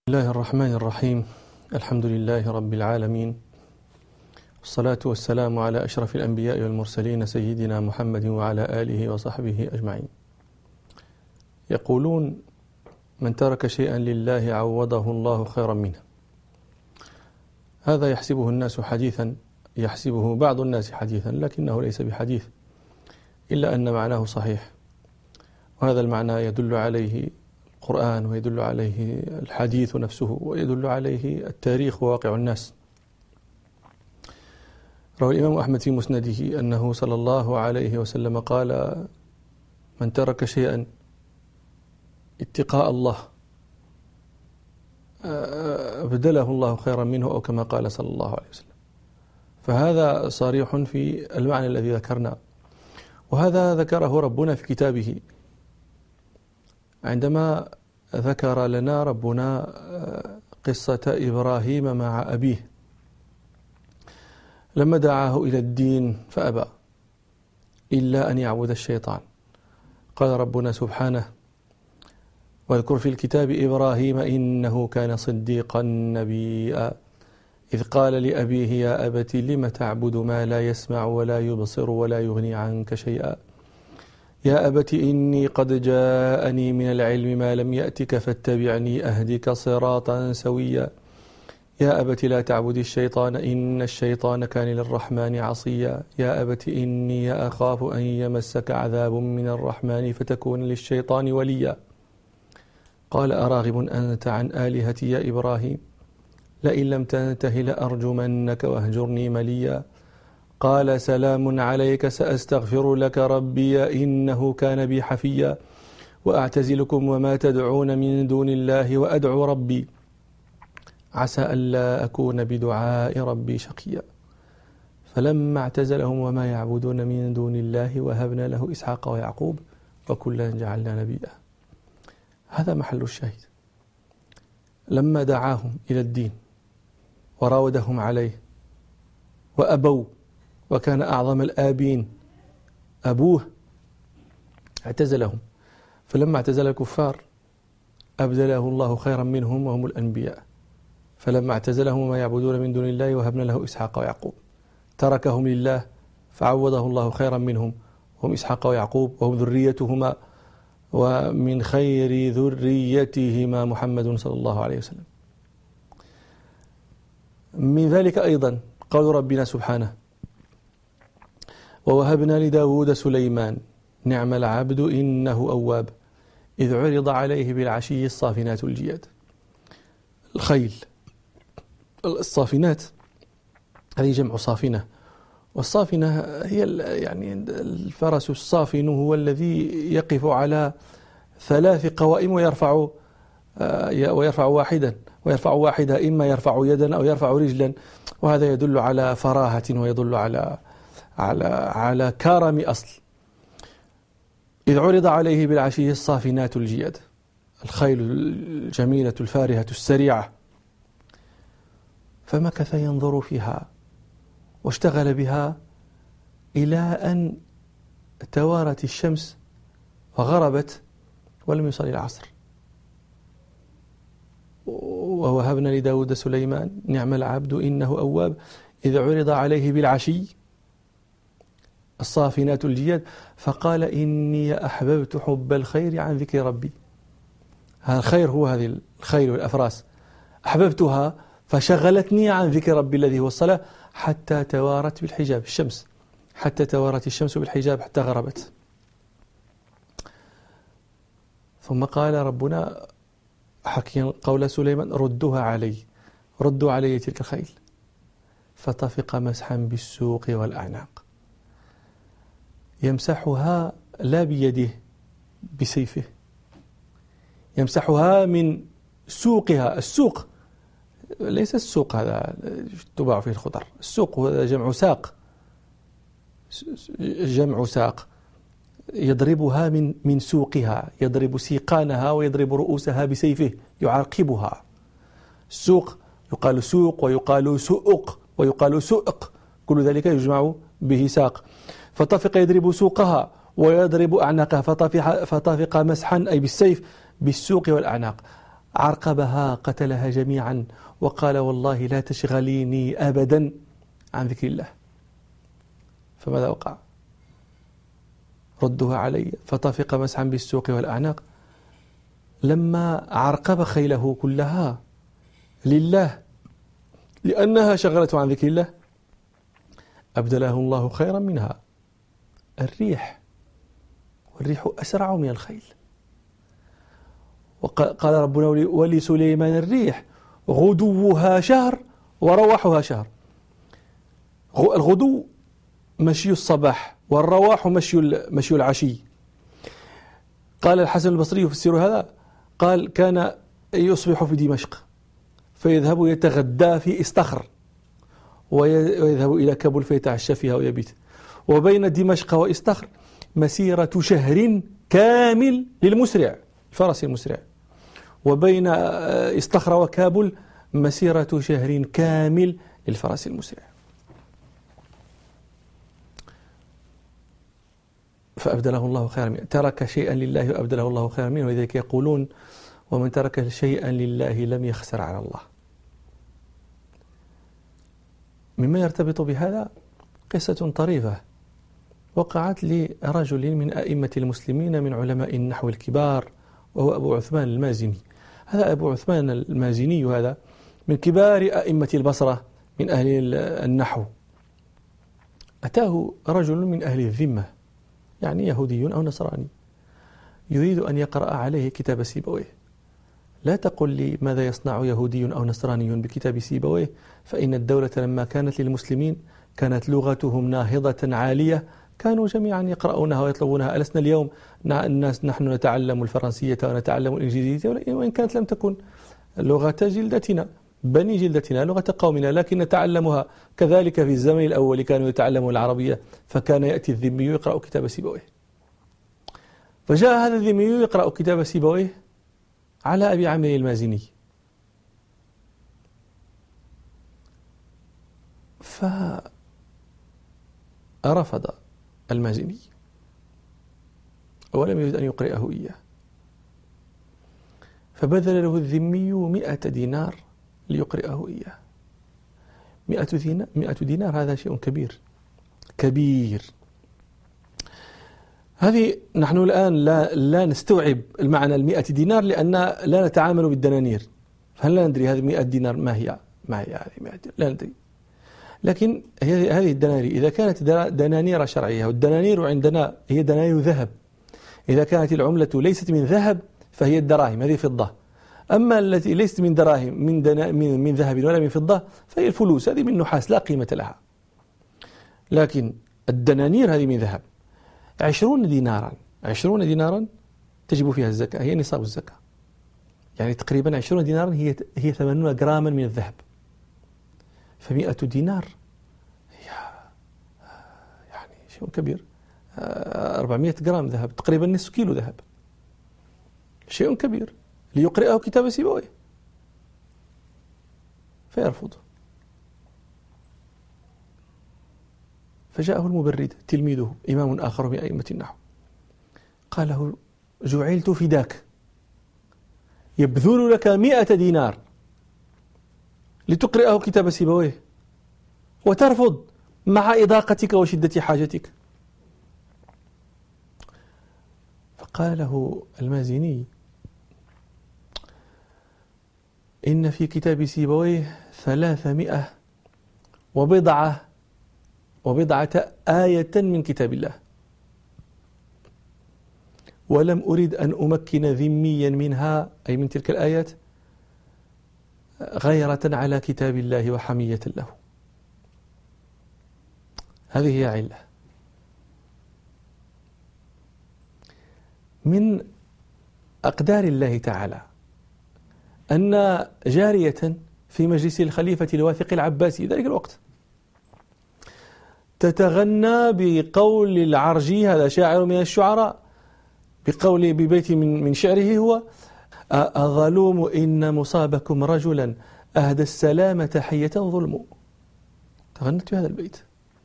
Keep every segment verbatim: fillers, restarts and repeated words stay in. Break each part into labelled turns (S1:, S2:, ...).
S1: بسم الله الرحمن الرحيم. الحمد لله رب العالمين، والصلاة والسلام على أشرف الأنبياء والمرسلين سيدنا محمد وعلى آله وصحبه أجمعين. يقولون: من ترك شيئا لله عوضه الله خيرا منه. هذا يحسبه الناس حديثا، يحسبه بعض الناس حديثا، لكنه ليس بحديث، إلا أن معناه صحيح، وهذا المعنى يدل عليه القرآن، ويدل عليه الحديث نفسه، ويدل عليه التاريخ وواقع الناس. روى الإمام أحمد في مسنده أنه صلى الله عليه وسلم قال: من ترك شيئا اتقاء الله أبدله الله خيرا منه، أو كما قال صلى الله عليه وسلم. فهذا صريح في المعنى الذي ذكرنا، وهذا ذكره ربنا في كتابه عندما ذكر لنا ربنا قصة إبراهيم مع أبيه لما دعاه إلى الدين فأبى إلا أن يعبد الشيطان. قال ربنا سبحانه: واذكر في الكتاب إبراهيم إنه كان صديقا نبيا إذ قال لأبيه يا أبت لم تعبد ما لا يسمع ولا يبصر ولا يغني عنك شيئا يا أبت إني قد جاءني من العلم ما لم يأتك فاتبعني أهدك صراطا سويا يا أبت لا تعبد الشيطان إن الشيطان كان للرحمن عصيا يا أبت إني أخاف أن يمسك عذاب من الرحمن فتكون للشيطان وليا. قال: أراغب أنت عن آلهتي يا إبراهيم لئن لم تنته لأرجمنك واهجرني مليا. قال: سلام عليك سأستغفر لك ربي إنه كان بي حفيا وأعتزلكم وما تدعون من دون الله وأدعو ربي عسى ألا أكون بدعاء ربي شقيا. فلما اعتزلهم وما يعبدون من دون الله وهبنا له إسحاق ويعقوب وكلا جعلنا نبيا. هذا محل الشاهد. لما دعاهم إلى الدين وراودهم عليه وأبوا، وكان أعظم الآبين أبوه، اعتزلهم. فلما اعتزل الكفار أبدله الله خيرا منهم وهم الأنبياء. فلما اعتزلهم وما يعبدون من دون الله وهبنا له إسحاق ويعقوب، تركهم لله فعوضه الله خيرا منهم هم إسحاق ويعقوب، وهم ذريتهما، ومن خير ذريتهما محمد صلى الله عليه وسلم. من ذلك أيضا قول ربنا سبحانه: ووهبنا لداود سليمان نعم العبد إنه أواب إذ عرض عليه بالعشي الصافنات الجياد. الخيل الصافنات هذه جمع صافنة، والصافنة هي يعني الفرس الصافن هو الذي يقف على ثلاث قوائم ويرفع ويرفع واحدا ويرفع واحدة إما يرفع يدا أو يرفع رجلا، وهذا يدل على فراهة ويدل على على على كرم أصل. إذ عرض عليه بالعشي الصافنات الجياد، الخيل الجميلة الفارهة السريعة. فمكث ينظر فيها واشتغل بها إلى أن توارت الشمس وغربت ولم يصل العصر. ووهبنا لداود سليمان نعم العبد إنه أواب إذ عرض عليه بالعشي الصافنات الجياد فقال إني أحببت حب الخير عن ذكر ربي. هذا الخير هو هذه الخيل والأفراس، أحببتها فشغلتني عن ذكر ربي الذي هو الصلاة حتى توارت بالحجاب الشمس، حتى توارت الشمس بالحجاب حتى غربت. ثم قال ربنا حكيا قول سليمان: ردوها علي، ردوا علي تلك الخيل. فطفق مسحا بالسوق والأعناق، يمسحها لا بيده بسيفه، يمسحها من سوقها. السوق ليس السوق هذا تباع فيه الخضر، السوق هو جمع ساق، جمع ساق. يضربها من من سوقها، يضرب سيقانها ويضرب رؤوسها بسيفه يعرقبها. السوق يقال سوق ويقال سؤق ويقال سؤق، كل ذلك يجمع به ساق. فطفق يضرب سوقها ويضرب أعناقها، فطفق مسحا أي بالسيف بالسوق والأعناق. عرقبها قتلها جميعا وقال والله لا تشغليني أبدا عن ذكر الله. فماذا وقع؟ ردها علي، فطفق مسحا بالسوق والأعناق. لما عرقب خيله كلها لله لأنها شغلته عن ذكر الله أبدله الله خيرا منها، الريح، والريح أسرع من الخيل. وقال ربنا ولسليمان الريح غدوها شهر ورواحها شهر. الغدو مشي الصباح والرواح مشي مشي العشي. قال الحسن البصري يفسر هذا، قال كان يصبح في دمشق فيذهب يتغدى في استخر ويذهب إلى كابول فيتعشى فيها ويبيت، وبين دمشق واستخر مسيرة شهر كامل للمسرع الفرس المسرع، وبين استخر وكابول مسيرة شهر كامل للفرس المسرع. فأبدله الله خيرا منه، ترك شيئا لله وأبدله الله خيرا منه. ولذلك يقولون ومن ترك شيئا لله لم يخسر على الله. مما يرتبط بهذا قصة طريفة وقعت لرجل من أئمة المسلمين من علماء النحو الكبار، وهو أبو عثمان المازني. هذا أبو عثمان المازني هذا من كبار أئمة البصرة من أهل النحو. أتاه رجل من أهل الذمة، يعني يهودي أو نصراني، يريد أن يقرأ عليه كتاب سيبويه. لا تقل لي ماذا يصنع يهودي أو نصراني بكتاب سيبويه، فإن الدولة لما كانت للمسلمين كانت لغتهم ناهضة عالية، كانوا جميعا يقرؤونها ويطلبونها. ألسنا اليوم الناس نحن نتعلم الفرنسية ونتعلم الإنجليزية، وإن كانت لم تكن لغة جلدتنا بني جلدتنا لغة قومنا، لكن نتعلمها. كذلك في الزمن الأول كانوا يتعلمون العربية، فكان يأتي الذمي يقرأ كتاب سيبويه. فجاء هذا الذمي يقرأ كتاب سيبويه على أبي عامر المازني، فرفض المازني ولم يريد أن يقرأه إياه، فبذل له الذمي مئة دينار ليقرأه إياه. مئة دينار, مئة دينار هذا شيء كبير كبير. هذه نحن الآن لا, لا نستوعب المعنى المئة دينار لأن لا نتعامل بالدنانير، فهل لا ندري هذه مئة دينار ما هي ما هي هذه مئة دينار؟ لا ندري. لكن هذه الدنانير إذا كانت دنانير شرعية، والدنانير عندنا هي دنانير ذهب، إذا كانت العملة ليست من ذهب فهي الدراهم، هذه فضة. أما التي ليست من دراهم من, دنا من, من ذهب ولا من فضة فهي الفلوس، هذه من نحاس لا قيمة لها. لكن الدنانير هذه من ذهب. عشرون دينارا عشرون دينارا تجب فيها الزكاة، هي نصاب الزكاة. يعني تقريبا عشرون دينارا هي هي ثمانون جراما من الذهب. فمئة دينار هي يعني شيء كبير، أربعمئة جرام ذهب، تقريبا نصف كيلو ذهب، شيء كبير ليقرأه كتاب سيبويه، فيرفض. فجاءه المبرد تلميذه إمام آخر من أئمة النحو، قال له جعلت فداك، يبذل لك مئة دينار لتقرأه كتاب سيبويه وترفض مع إضاقتك وشدة حاجتك. فقال له المازني إن في كتاب سيبويه ثلاثمائة وبضعة وبضعة آية من كتاب الله، ولم أريد أن أمكن ذميا منها أي من تلك الآيات غيرة على كتاب الله وحمية له. هذه هي علة من أقدار الله تعالى أن جارية في مجلس الخليفة الواثق العباسي ذلك الوقت تتغنى بقول العرجي، هذا شاعر من الشعراء، بقول ببيت من من شعره هو: أظلوم إن مصابكم رجلا أهدى السلامة حية ظلم. تغنت هذا البيت،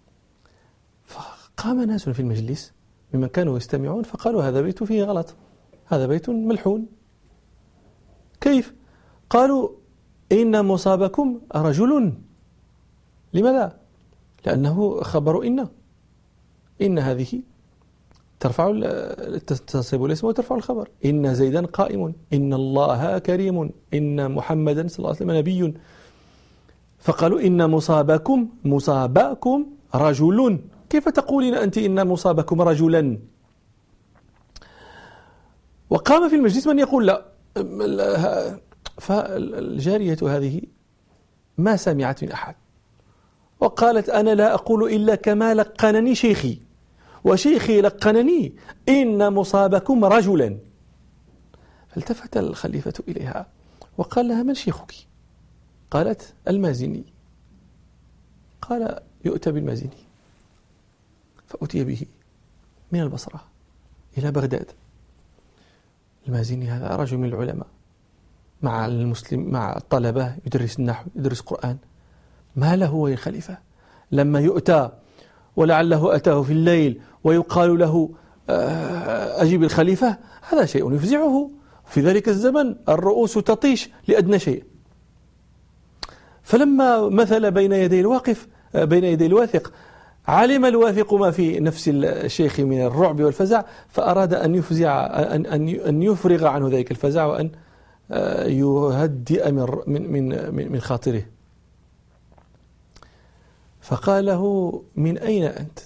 S1: فقام ناس في المجلس ممن كانوا يستمعون فقالوا هذا بيت فيه غلط، هذا بيت ملحون. كيف؟ قالوا إن مصابكم رجل. لماذا؟ لأنه خبر إن إن هذه ترفع تنصب الاسم وترفع الخبر. إن زيدا قائم، إن الله كريم، إن محمدا صلى الله عليه وسلم نبي. فقالوا إن مصابكم مصابكم رجل. كيف تقولين أنت إن مصابكم رجلا؟ وقام في المجلس من يقول لا. فالجارية هذه ما سمعت من أحد وقالت أنا لا أقول إلا كما لقنني شيخي، وشيخي لقنني إن مصابكم رجلا. فالتفت الخليفة إليها وقال لها من شيخك؟ قالت المازني. قال يؤتى بالمازني، فأتي به من البصرة إلى بغداد. المازني هذا رجل من العلماء مع المسلم مع الطلبة، يدرس النحو، يدرس قرآن. ما له وللخليفة لما يؤتى ولعله أتاه في الليل ويقال له أجيب الخليفة، هذا شيء يفزعه. في ذلك الزمن الرؤوس تطيش لأدنى شيء. فلما مثل بين يدي الواقف بين يدي الواثق، علم الواثق ما في نفس الشيخ من الرعب والفزع، فأراد أن يفزع أن أن يفرغ عنه ذلك الفزع وأن يهدئ من من من خاطره. فقال له من أين أنت؟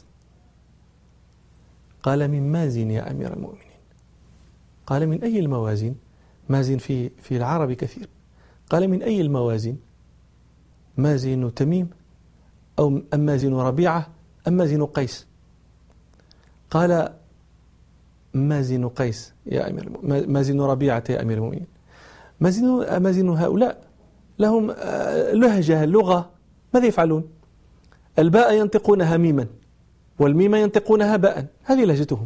S1: قال من مازن يا أمير المؤمنين. قال من أي الموازين؟ مازن في في العرب كثير. قال من أي الموازين؟ مازن تميم أو أم مازن ربيعة أم مازن قيس؟ قال مازن قيس يا أمير المؤمنين، مازن ربيعة يا أمير المؤمنين. مازن مازن هؤلاء لهم لهجة لغة، ماذا يفعلون؟ الباء ينطقونها ميما والميم ينطقونها باء، هذه لهجتهم.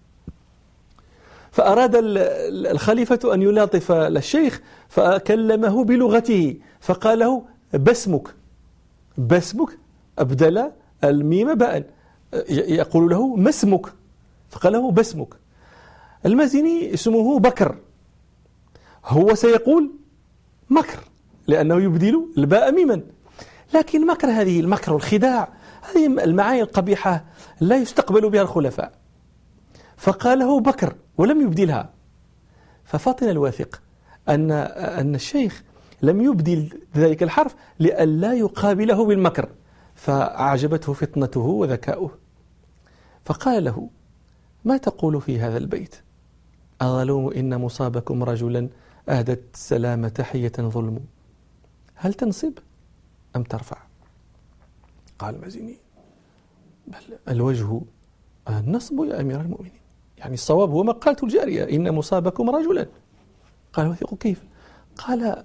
S1: فأراد الخليفة أن يلاطف الشيخ فكلمه بلغته، فقال له باسمك. باسمك أبدل الميم باء، يقول له ما اسمك؟ فقال له باسمك. المازني اسمه بكر، هو سيقول مكر لأنه يبدل الباء ميما، لكن مكر هذه المكر والخداع هذه المعاني القبيحة لا يستقبل بها الخلفاء، فقاله بكر ولم يبدلها. ففطن الواثق أن أن الشيخ لم يبدل ذلك الحرف لئلا يقابله بالمكر، فأعجبته فطنته وذكاؤه. فقال له ما تقول في هذا البيت؟ أظلوم إن مصابكم رجلا أهدت السلام تحية ظلم، هل تنصب أم ترفع؟ قال المازني بل الوجه النصب يا أمير المؤمنين، يعني الصواب هو ما قالت الجارية إن مصابكم رجلا. قال الوثيق كيف؟ قال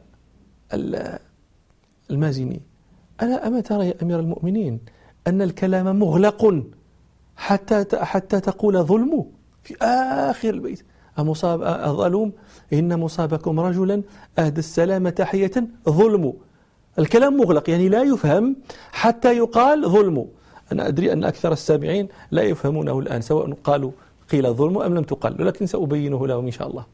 S1: المازني ألا أما ترى يا أمير المؤمنين أن الكلام مغلق حتى حتى تقول ظلم في آخر البيت، أمصاب أظلوم إن مصابكم رجلا أهدى السلام تحية ظلم. الكلام مغلق يعني لا يفهم حتى يقال ظلم. أنا أدري أن أكثر السامعين لا يفهمونه الآن، سواء قالوا قيل ظلم أم لم تقال، ولكن سأبينه لهم إن شاء الله.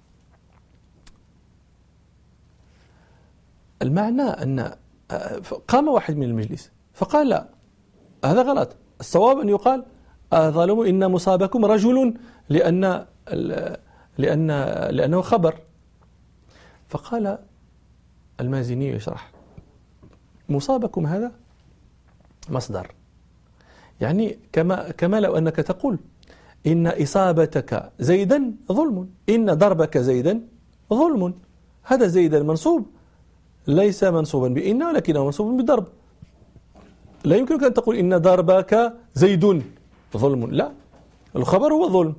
S1: المعنى أن قام واحد من المجلس فقال لا هذا غلط، الصواب أن يقال ظلموا إن مصابكم رجل لأن لأن لأنه خبر. فقال المازني يشرح مصابكم هذا مصدر، يعني كما كما لو أنك تقول إن إصابتك زيدا ظلم، إن ضربك زيدا ظلم. هذا زيدا منصوب ليس منصوبا بإن ولكنه منصوب بالضرب. لا يمكنك أن تقول إن ضربك زيد ظلم، لا، الخبر هو ظلم.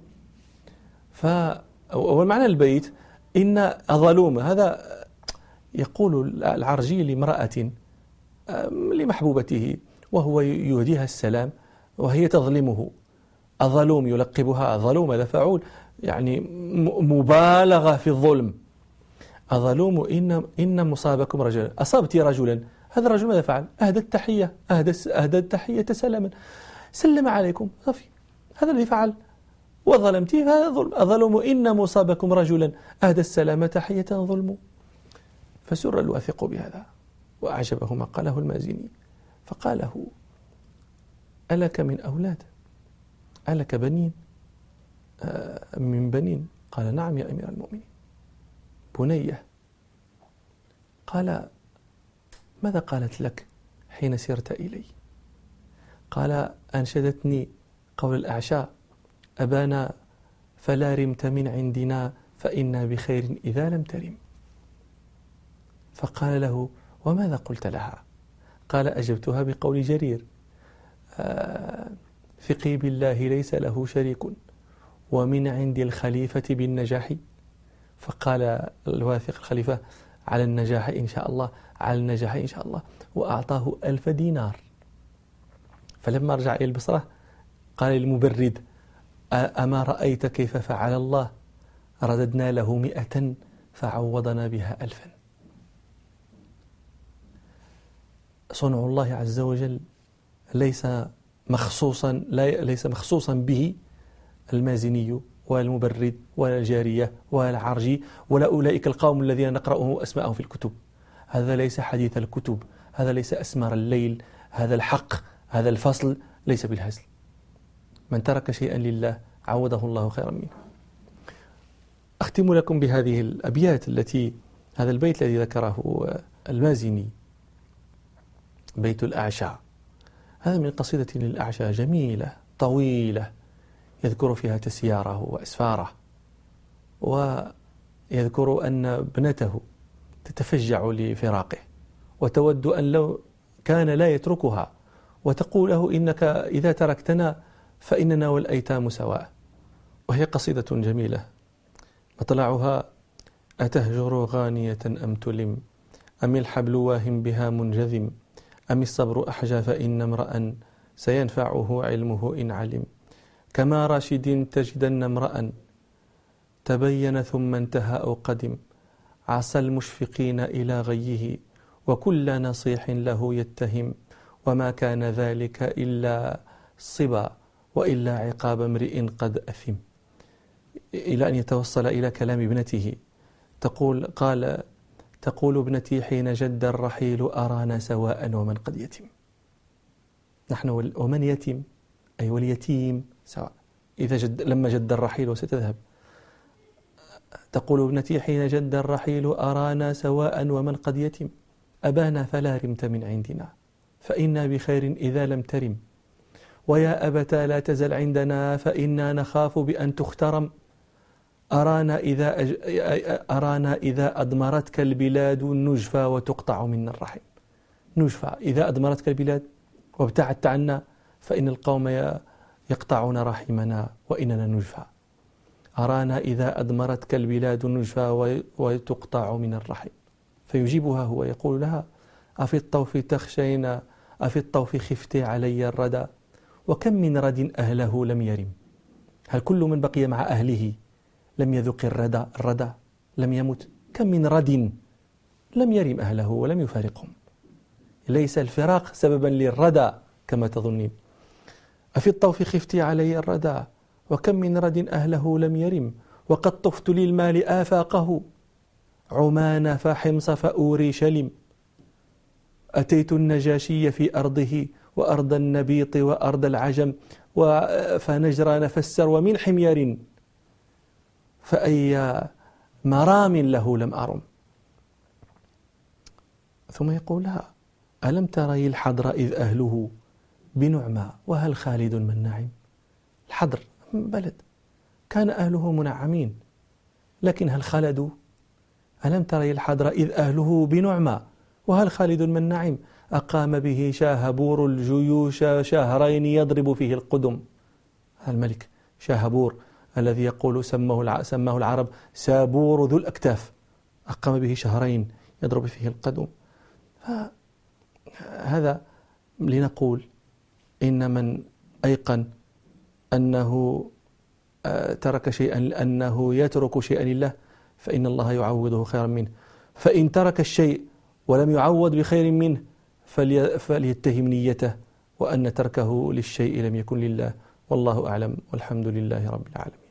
S1: فمعنى البيت إن ظلوم هذا يقول العرجي لامرأة لمحبوبته وهو يهديها السلام وهي تظلمه، الظلوم يلقبها ظلوم، هذا فعول يعني مبالغة في الظلم. أظلوم إن إن مصابكم رجلا، أصبت رجلا، هذا الرجل ماذا فعل؟ أهدى التحية، أهدى أهدى التحية سلاما، سلم عليكم، صافي، هذا الذي فعل. وظلمتيه هذا ظلم. أظلم إن مصابكم رجلا أهدى السلام تحية ظلم. فسر الواثق بهذا وأعجبه ما قاله المازني، فقاله: ألك من أولاد؟ ألك بنين آه من بنين؟ قال: نعم يا أمير المؤمنين، بنية. قال: ماذا قالت لك حين سرت إلي؟ قال: أنشدتني قول الأعشى: أبانا فلا رمت من عندنا فإنا بخير إذا لم ترم. فقال له: وماذا قلت لها؟ قال: أجبتها بقول جرير: آه ثقي بالله ليس له شريك ومن عند الخليفة بالنجاح. فقال الواثق الخليفة: على النجاح إن شاء الله، على النجاح إن شاء الله، وأعطاه ألف دينار. فلما رجع إلى البصرة قال للمبرد: أما رأيت كيف فعل الله؟ رددنا له مئة فعوضنا بها ألفا. صنع الله عز وجل ليس مخصوصا لا ليس مخصوصا به المازني ولا المبرد ولا الجارية ولا العرجي ولا أولئك القوم الذين نقرأه أسماءهم في الكتب. هذا ليس حديث الكتب، هذا ليس أسمار الليل، هذا الحق، هذا الفصل ليس بالهزل. من ترك شيئا لله عوضه الله خيرا منه. أختم لكم بهذه الأبيات التي هذا البيت الذي ذكره المازني، بيت الأعشى. هذا من قصيدة للأعشى جميلة طويلة يذكر فيها تسياره وأسفاره، ويذكر أن ابنته تتفجع لفراقه وتود أن لو كان لا يتركها، وتقول له: إنك إذا تركتنا فإننا والأيتام سواء. وهي قصيدة جميلة مطلعها: أتهجر غانية أم تلم، أم الحبل واهم بها منجذم، أم الصبر أحجى فإن امرأ سينفعه علمه إن علم، كما راشد تجدن امرأ تبين ثم انتهى أو قدم، عسى المشفقين إلى غيه وكل نصيح له يتهم، وما كان ذلك إلا صبا وإلا عقاب امرئ قد أثم. إلى أن يتوصل إلى كلام ابنته، تقول قال تقول ابنتي حين جد الرحيل أرانا سواء ومن قد يتم. نحن ومن يتم أي واليتيم سواء، إذا جد لما جد الرحيل وستذهب. تقول ابنتي حين جد الرحيل أرانا سواء ومن قد يتم، أبانا فلا رمت من عندنا فإنا بخير إذا لم ترم، ويا أبتا لا تزل عندنا فإنا نخاف بأن تخترم، أرانا إذا, أج... أرانا إذا أدمرتك البلاد نجفى وتقطع منا الرحم. نجفى إذا أدمرتك البلاد وابتعدت عنا فإن القوم يقطعون رحمنا وإننا نجفى. أرانا إذا أدمرتك البلاد نجفى وتقطع من الرحم. فيجيبها هو يقول لها: أفي الطوف تخشين، أفي الطوف خفت علي الردى، وكم من رد أهله لم يرم. هل كل من بقي مع أهله لم يذق الردى الردى لم يمت؟ كم من رد لم يرم أهله ولم يفارقهم. ليس الفراق سببا للردى كما تظنين. أفي الطوف خفت علي الردى، وكم من رد أهله لم يرم، وقد طفت للمال آفاقه، عمان فحمص فأوري شلم، أتيت النجاشي في أرضه وأرض النبيط وأرض العجم، فنجران فالسر ومن حمير، فأي مرام له لم أرم. ثم يقول لها: ألم تري الحضر إذ أهله بنعمى وهل خالد من نعم. الحضر بلد كان أهله منعمين، لكن هل خلدوا؟ ألم تري الحضر إذ أهله بنعمى وهل خالد من نعم، أقام به شاهبور الجيوش شهرين يضرب فيه القدم. الملك شاهبور الذي يقول سماه سماه العرب سابور ذو الأكتاف، أقام به شهرين يضرب فيه القدم. هذا لنقول إن من أيقن أنه ترك شيئا لأنه يترك شيئا لله فإن الله يعوضه خيرا منه، فإن ترك الشيء ولم يعوض بخير منه فليتهم نيته وأن تركه للشيء لم يكن لله. والله أعلم والحمد لله رب العالمين.